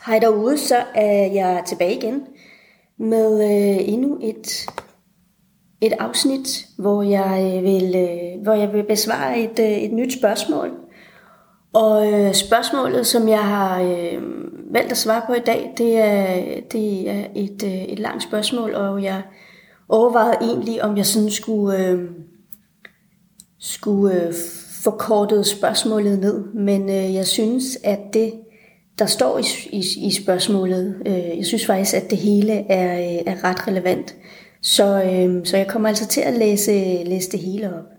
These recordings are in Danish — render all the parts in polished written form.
Hej derude, så er jeg tilbage igen med endnu et afsnit, hvor jeg vil besvare et nyt spørgsmål. Og spørgsmålet, som jeg har valgt at svare på i dag, det er et langt spørgsmål, og jeg overvejede egentlig, om jeg sådan skulle forkorte spørgsmålet ned. Men jeg synes, at det, der står i spørgsmålet, jeg synes faktisk, at det hele er ret relevant. Så jeg kommer altså til at læse det hele op.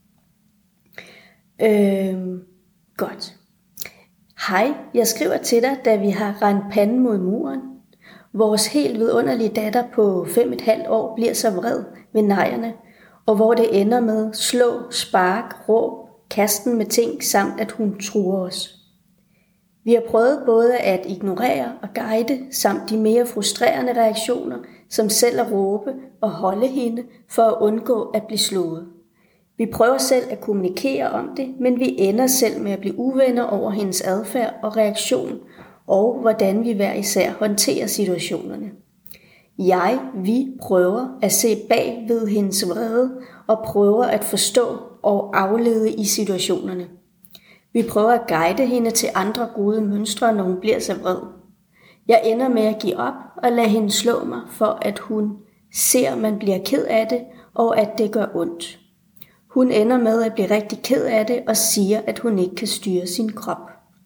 Godt. Hej, jeg skriver til dig, da vi har rendt panden mod muren. Vores helt vidunderlige datter på 5,5 år bliver så vred ved nejerne, og hvor det ender med slå, spark, råb, kasten med ting, samt at hun truer os. Vi har prøvet både at ignorere og guide, samt de mere frustrerende reaktioner, som selv at råbe og holde hende for at undgå at blive slået. Vi prøver selv at kommunikere om det, men vi ender selv med at blive uvenner over hendes adfærd og reaktion, og hvordan vi hver især håndterer situationerne. Vi prøver at se bag ved hendes vrede og prøver at forstå og aflede i situationerne. Vi prøver at guide hende til andre gode mønstre, når hun bliver så vred. Jeg ender med at give op og lade hende slå mig, for at hun ser, at man bliver ked af det, og at det gør ondt. Hun ender med at blive rigtig ked af det og siger, at hun ikke kan styre sin krop.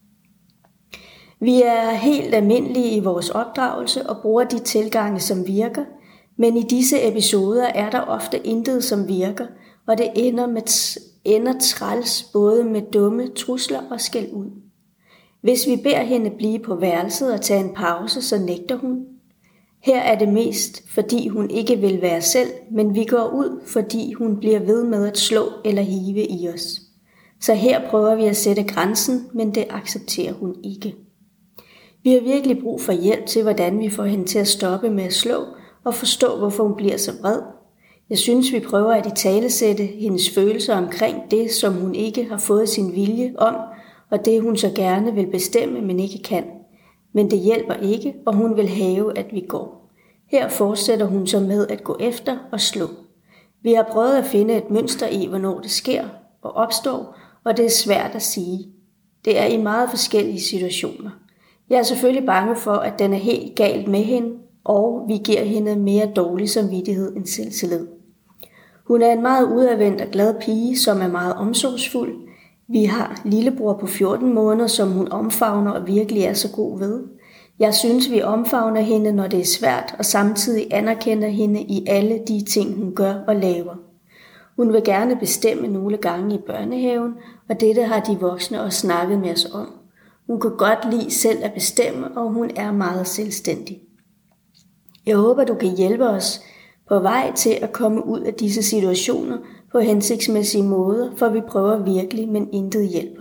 Vi er helt almindelige i vores opdragelse og bruger de tilgange, som virker, men i disse episoder er der ofte intet, som virker, og det ender træls både med dumme trusler og skæld ud. Hvis vi beder hende blive på værelset og tage en pause, så nægter hun. Her er det mest, fordi hun ikke vil være selv, men vi går ud, fordi hun bliver ved med at slå eller hive i os. Så her prøver vi at sætte grænsen, men det accepterer hun ikke. Vi har virkelig brug for hjælp til, hvordan vi får hende til at stoppe med at slå og forstå, hvorfor hun bliver så vred. Jeg synes, vi prøver at italesætte hendes følelser omkring det, som hun ikke har fået sin vilje om, og det hun så gerne vil bestemme, men ikke kan. Men det hjælper ikke, og hun vil have, at vi går. Her fortsætter hun så med at gå efter og slå. Vi har prøvet at finde et mønster i, hvornår det sker og opstår, og det er svært at sige. Det er i meget forskellige situationer. Jeg er selvfølgelig bange for, at den er helt galt med hende, og vi giver hende mere dårlig samvittighed end selvtillid. Hun er en meget udadvendt og glad pige, som er meget omsorgsfuld. Vi har lillebror på 14 måneder, som hun omfavner og virkelig er så god ved. Jeg synes, vi omfavner hende, når det er svært, og samtidig anerkender hende i alle de ting, hun gør og laver. Hun vil gerne bestemme nogle gange i børnehaven, og dette har de voksne også snakket med os om. Hun kan godt lide selv at bestemme, og hun er meget selvstændig. Jeg håber, du kan hjælpe os på vej til at komme ud af disse situationer på hensigtsmæssige måder, for vi prøver virkelig, men intet hjælper.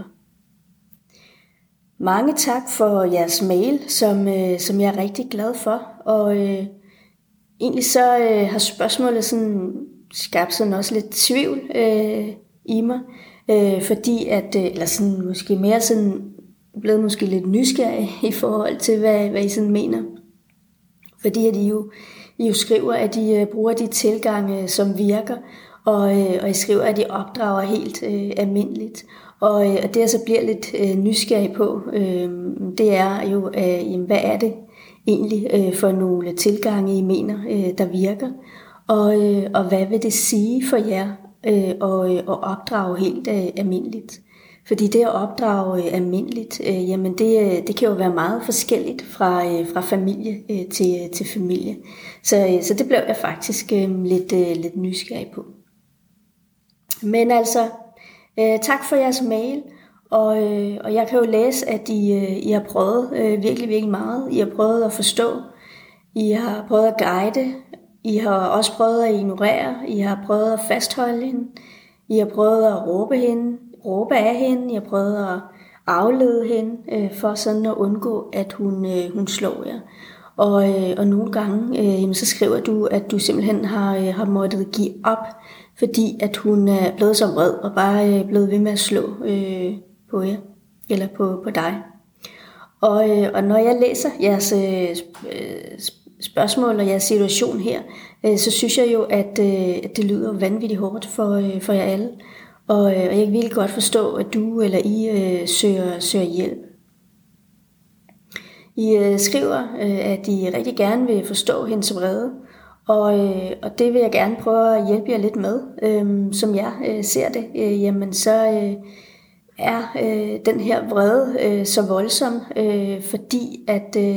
Mange tak for jeres mail, som jeg er rigtig glad for, og egentlig så har spørgsmålet sådan skabt sådan også lidt tvivl i mig, fordi at, eller sådan måske mere sådan blevet måske lidt nysgerrig i forhold til, hvad I sådan mener. Fordi at I jo skriver, at de bruger de tilgange, som virker, og I skriver, at de opdrager helt almindeligt. Og det jeg så bliver lidt nysgerrig på, det er jo, hvad er det egentlig for nogle tilgange, I mener, der virker? Og hvad vil det sige for jer at opdrage helt almindeligt? Fordi det at opdrage almindeligt, jamen det kan jo være meget forskelligt fra familie til familie. Så det blev jeg faktisk lidt nysgerrig på. Men altså, tak for jeres mail, og jeg kan jo læse, at I har prøvet virkelig, virkelig meget. I har prøvet at forstå, I har prøvet at guide, I har også prøvet at ignorere, I har prøvet at fastholde hende, I har prøvet at råbe af hende, jeg prøvede at aflede hende, for sådan at undgå, at hun slår jer. Og nogle gange, så skriver du, at du simpelthen har måttet give op, fordi at hun er blevet så vred og bare blevet ved med at slå på jer, eller på dig. Og når jeg læser jeres spørgsmål og jeres situation her, så synes jeg jo, at det lyder vanvittigt hårdt for jer alle. Og jeg kan virkelig godt forstå, at du eller I søger hjælp. I skriver, at I rigtig gerne vil forstå hendes vrede, og det vil jeg gerne prøve at hjælpe jer lidt med. Som jeg ser det, jamen så er den her vrede så voldsom, fordi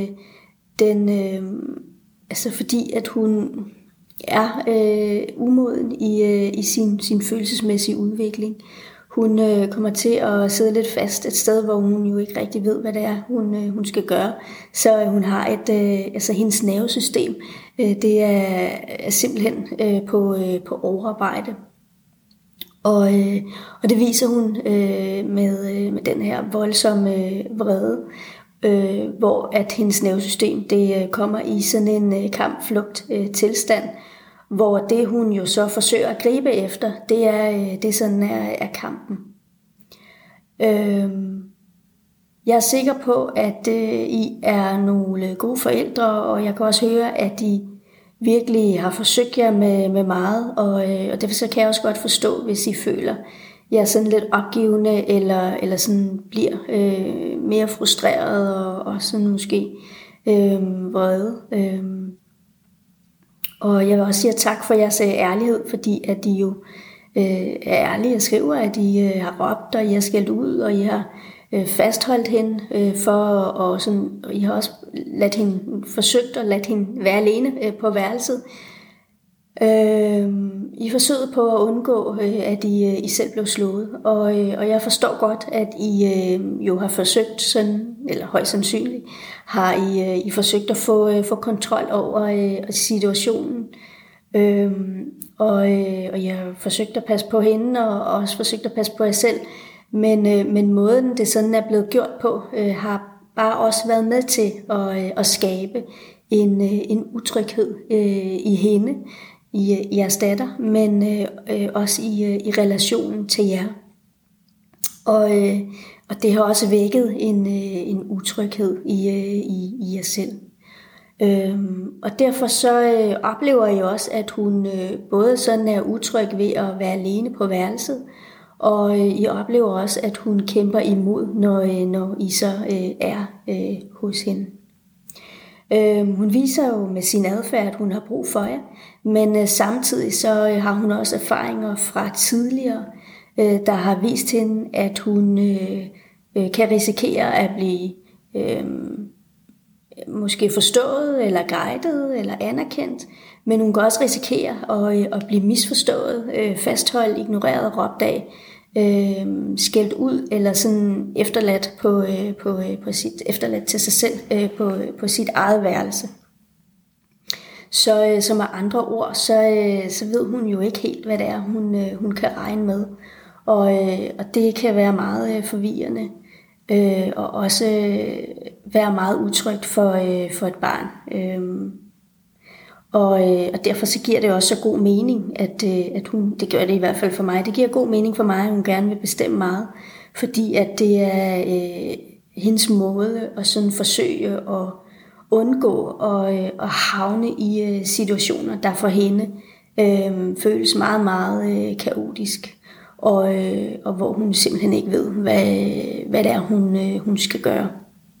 at hun er umoden i sin følelsesmæssige udvikling. Hun kommer til at sidde lidt fast et sted, hvor hun jo ikke rigtig ved, hvad det er, hun skal gøre. Så hun har hendes nervesystem, det er simpelthen på overarbejde. Og det viser hun med den her voldsomme vrede, hvor at hendes nervesystem det kommer i sådan en kampflugt tilstand, hvor det hun jo så forsøger at gribe efter, det sådan er kampen. Jeg er sikker på, at I er nogle gode forældre, og jeg kan også høre, at I virkelig har forsøgt jer med meget, og derfor så kan jeg også godt forstå, hvis I føler jer sådan lidt opgivende, eller sådan bliver mere frustreret, og sådan måske vrede. Og jeg vil også sige tak for jeres ærlighed, fordi at I jo er ærlige og skriver, at I har råbt, og I har skældt ud, og I har fastholdt hende og I har også forsøgt at lade hende være alene på værelset. I forsøgte på at undgå, at I selv blev slået, og jeg forstår godt, at I jo har forsøgt sådan, eller højst sandsynligt, har I forsøgt at få kontrol over situationen. Og jeg har forsøgt at passe på hende, og også forsøgt at passe på jer selv, men måden det sådan er blevet gjort på, har bare også været med til at skabe en utryghed i hende, i jeres datter, men også i relationen til jer. Og det har også vækket en utryghed i jer selv. Og derfor så oplever jeg også, at hun både sådan er utryg ved at være alene på værelset, og I oplever også, at hun kæmper imod, når I så er hos hende. Hun viser jo med sin adfærd, at hun har brug for jer, men samtidig så har hun også erfaringer fra tidligere, der har vist hende, at hun kan risikere at blive måske forstået, eller guidet, eller anerkendt, men hun kan også risikere at blive misforstået, fastholdt, ignoreret, råbt af, skældt ud, eller sådan efterladt til sig selv på sit eget værelse. Så med andre ord, så ved hun jo ikke helt, hvad det er, hun kan regne med, og det kan være meget forvirrende, og også være meget utrygt for et barn. Og derfor så giver det også så god mening, at hun, det gør det i hvert fald for mig, det giver god mening for mig, at hun gerne vil bestemme meget, fordi at det er hendes måde at sådan forsøge at undgå at havne i situationer, der for hende føles meget, meget kaotisk, og hvor hun simpelthen ikke ved, hvad det er, hun skal gøre.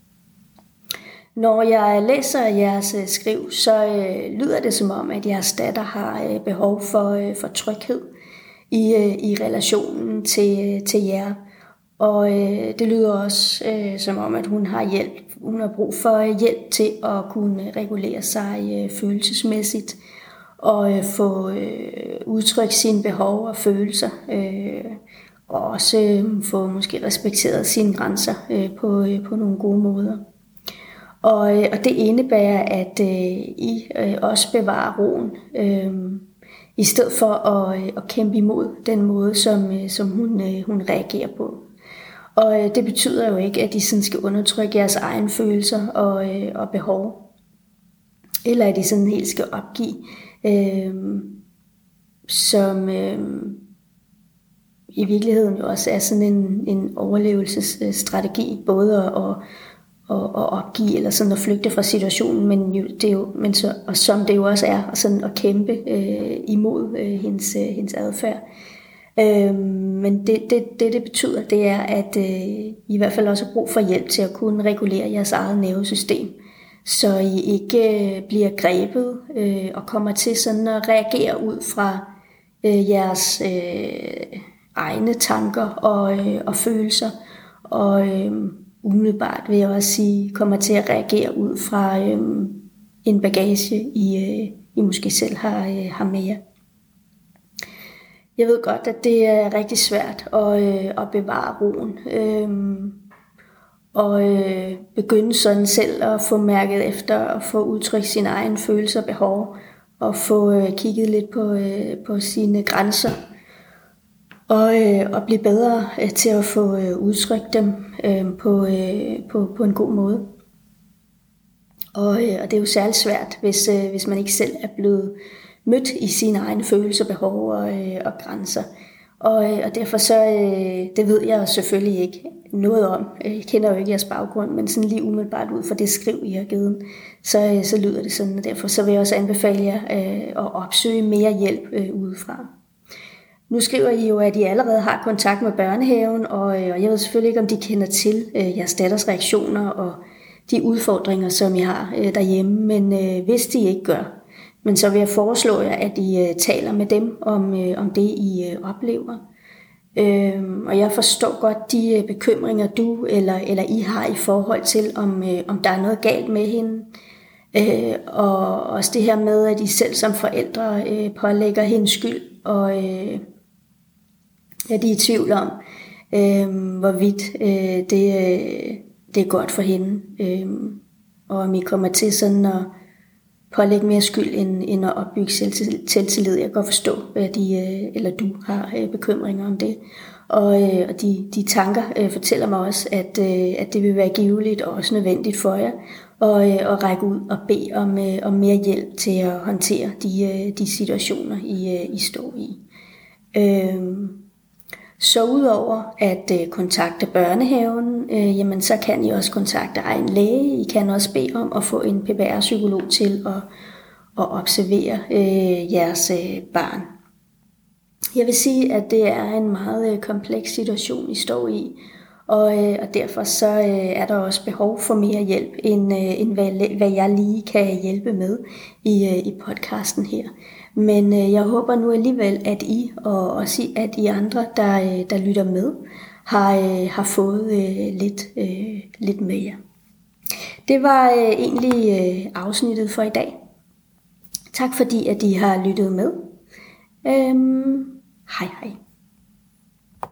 Når jeg læser jeres skriv, så lyder det som om, at jeres datter har behov for tryghed i relationen til jer. Og det lyder også som om, at hun har brug for hjælp til at kunne regulere sig følelsesmæssigt og få udtrykt sine behov og følelser. Og også få måske respekteret sine grænser på nogle gode måder. Og det indebærer, at I også bevarer roen, i stedet for at kæmpe imod den måde, som hun reagerer på. Og det betyder jo ikke, at I sådan skal undertrykke jeres egne følelser og behov, eller at I sådan helt skal opgive, som i virkeligheden jo også er sådan en overlevelsesstrategi, både at opgive eller sådan at flygte fra situationen, og som det jo også er, og sådan at kæmpe imod hendes adfærd. Men det betyder, det er, at I hvert fald også har brug for hjælp til at kunne regulere jeres eget nervesystem, så I ikke bliver grebet og kommer til sådan at reagere ud fra jeres egne tanker og følelser, og umiddelbart vil jeg også sige, kommer til at reagere ud fra en bagage, I måske selv har med jer. Jeg ved godt, at det er rigtig svært at bevare roen, og begynde sådan selv at få mærket efter og få udtrykt sine egne følelser og behov, og få kigget lidt på sine grænser, og blive bedre til at få udtrykt dem på en god måde. Og det er jo særligt svært, hvis man ikke selv er blevet mødt i sine egne følelser, behov og grænser. Og derfor så, det ved jeg selvfølgelig ikke noget om. Jeg kender jo ikke jeres baggrund, men sådan lige umiddelbart ud fra det skriv, I har givet, så lyder det sådan, og derfor så vil jeg også anbefale jer at opsøge mere hjælp udefra. Nu skriver I jo, at I allerede har kontakt med børnehaven, og jeg ved selvfølgelig ikke, om de kender til jeres datters reaktioner og de udfordringer, som I har derhjemme, men hvis de ikke gør, men så vil jeg foreslå jer, at I taler med dem om det, I oplever. Og jeg forstår godt de bekymringer, du eller I har i forhold til, om der er noget galt med hende. Og også det her med, at I selv som forældre pålægger hende skyld, og at I er i tvivl om, hvorvidt det er godt for hende. Og om I kommer til sådan at pålægge mere skyld, end at opbygge selvtillid. Jeg kan godt forstå, at du har bekymringer om det. Og de tanker fortæller mig også, at det vil være giveligt og også nødvendigt for jer at række ud og bede om mere hjælp til at håndtere de situationer, I står i. Så udover at kontakte børnehaven, jamen så kan I også kontakte egen læge. I kan også bede om at få en PPR-psykolog til at observere jeres barn. Jeg vil sige, at det er en meget kompleks situation, I står i, og derfor så er der også behov for mere hjælp, end hvad jeg lige kan hjælpe med i podcasten her. Men jeg håber nu alligevel, at I og også at I andre, der lytter med, har fået lidt med jer. Det var egentlig afsnittet for i dag. Tak fordi, at I har lyttet med. Hej hej.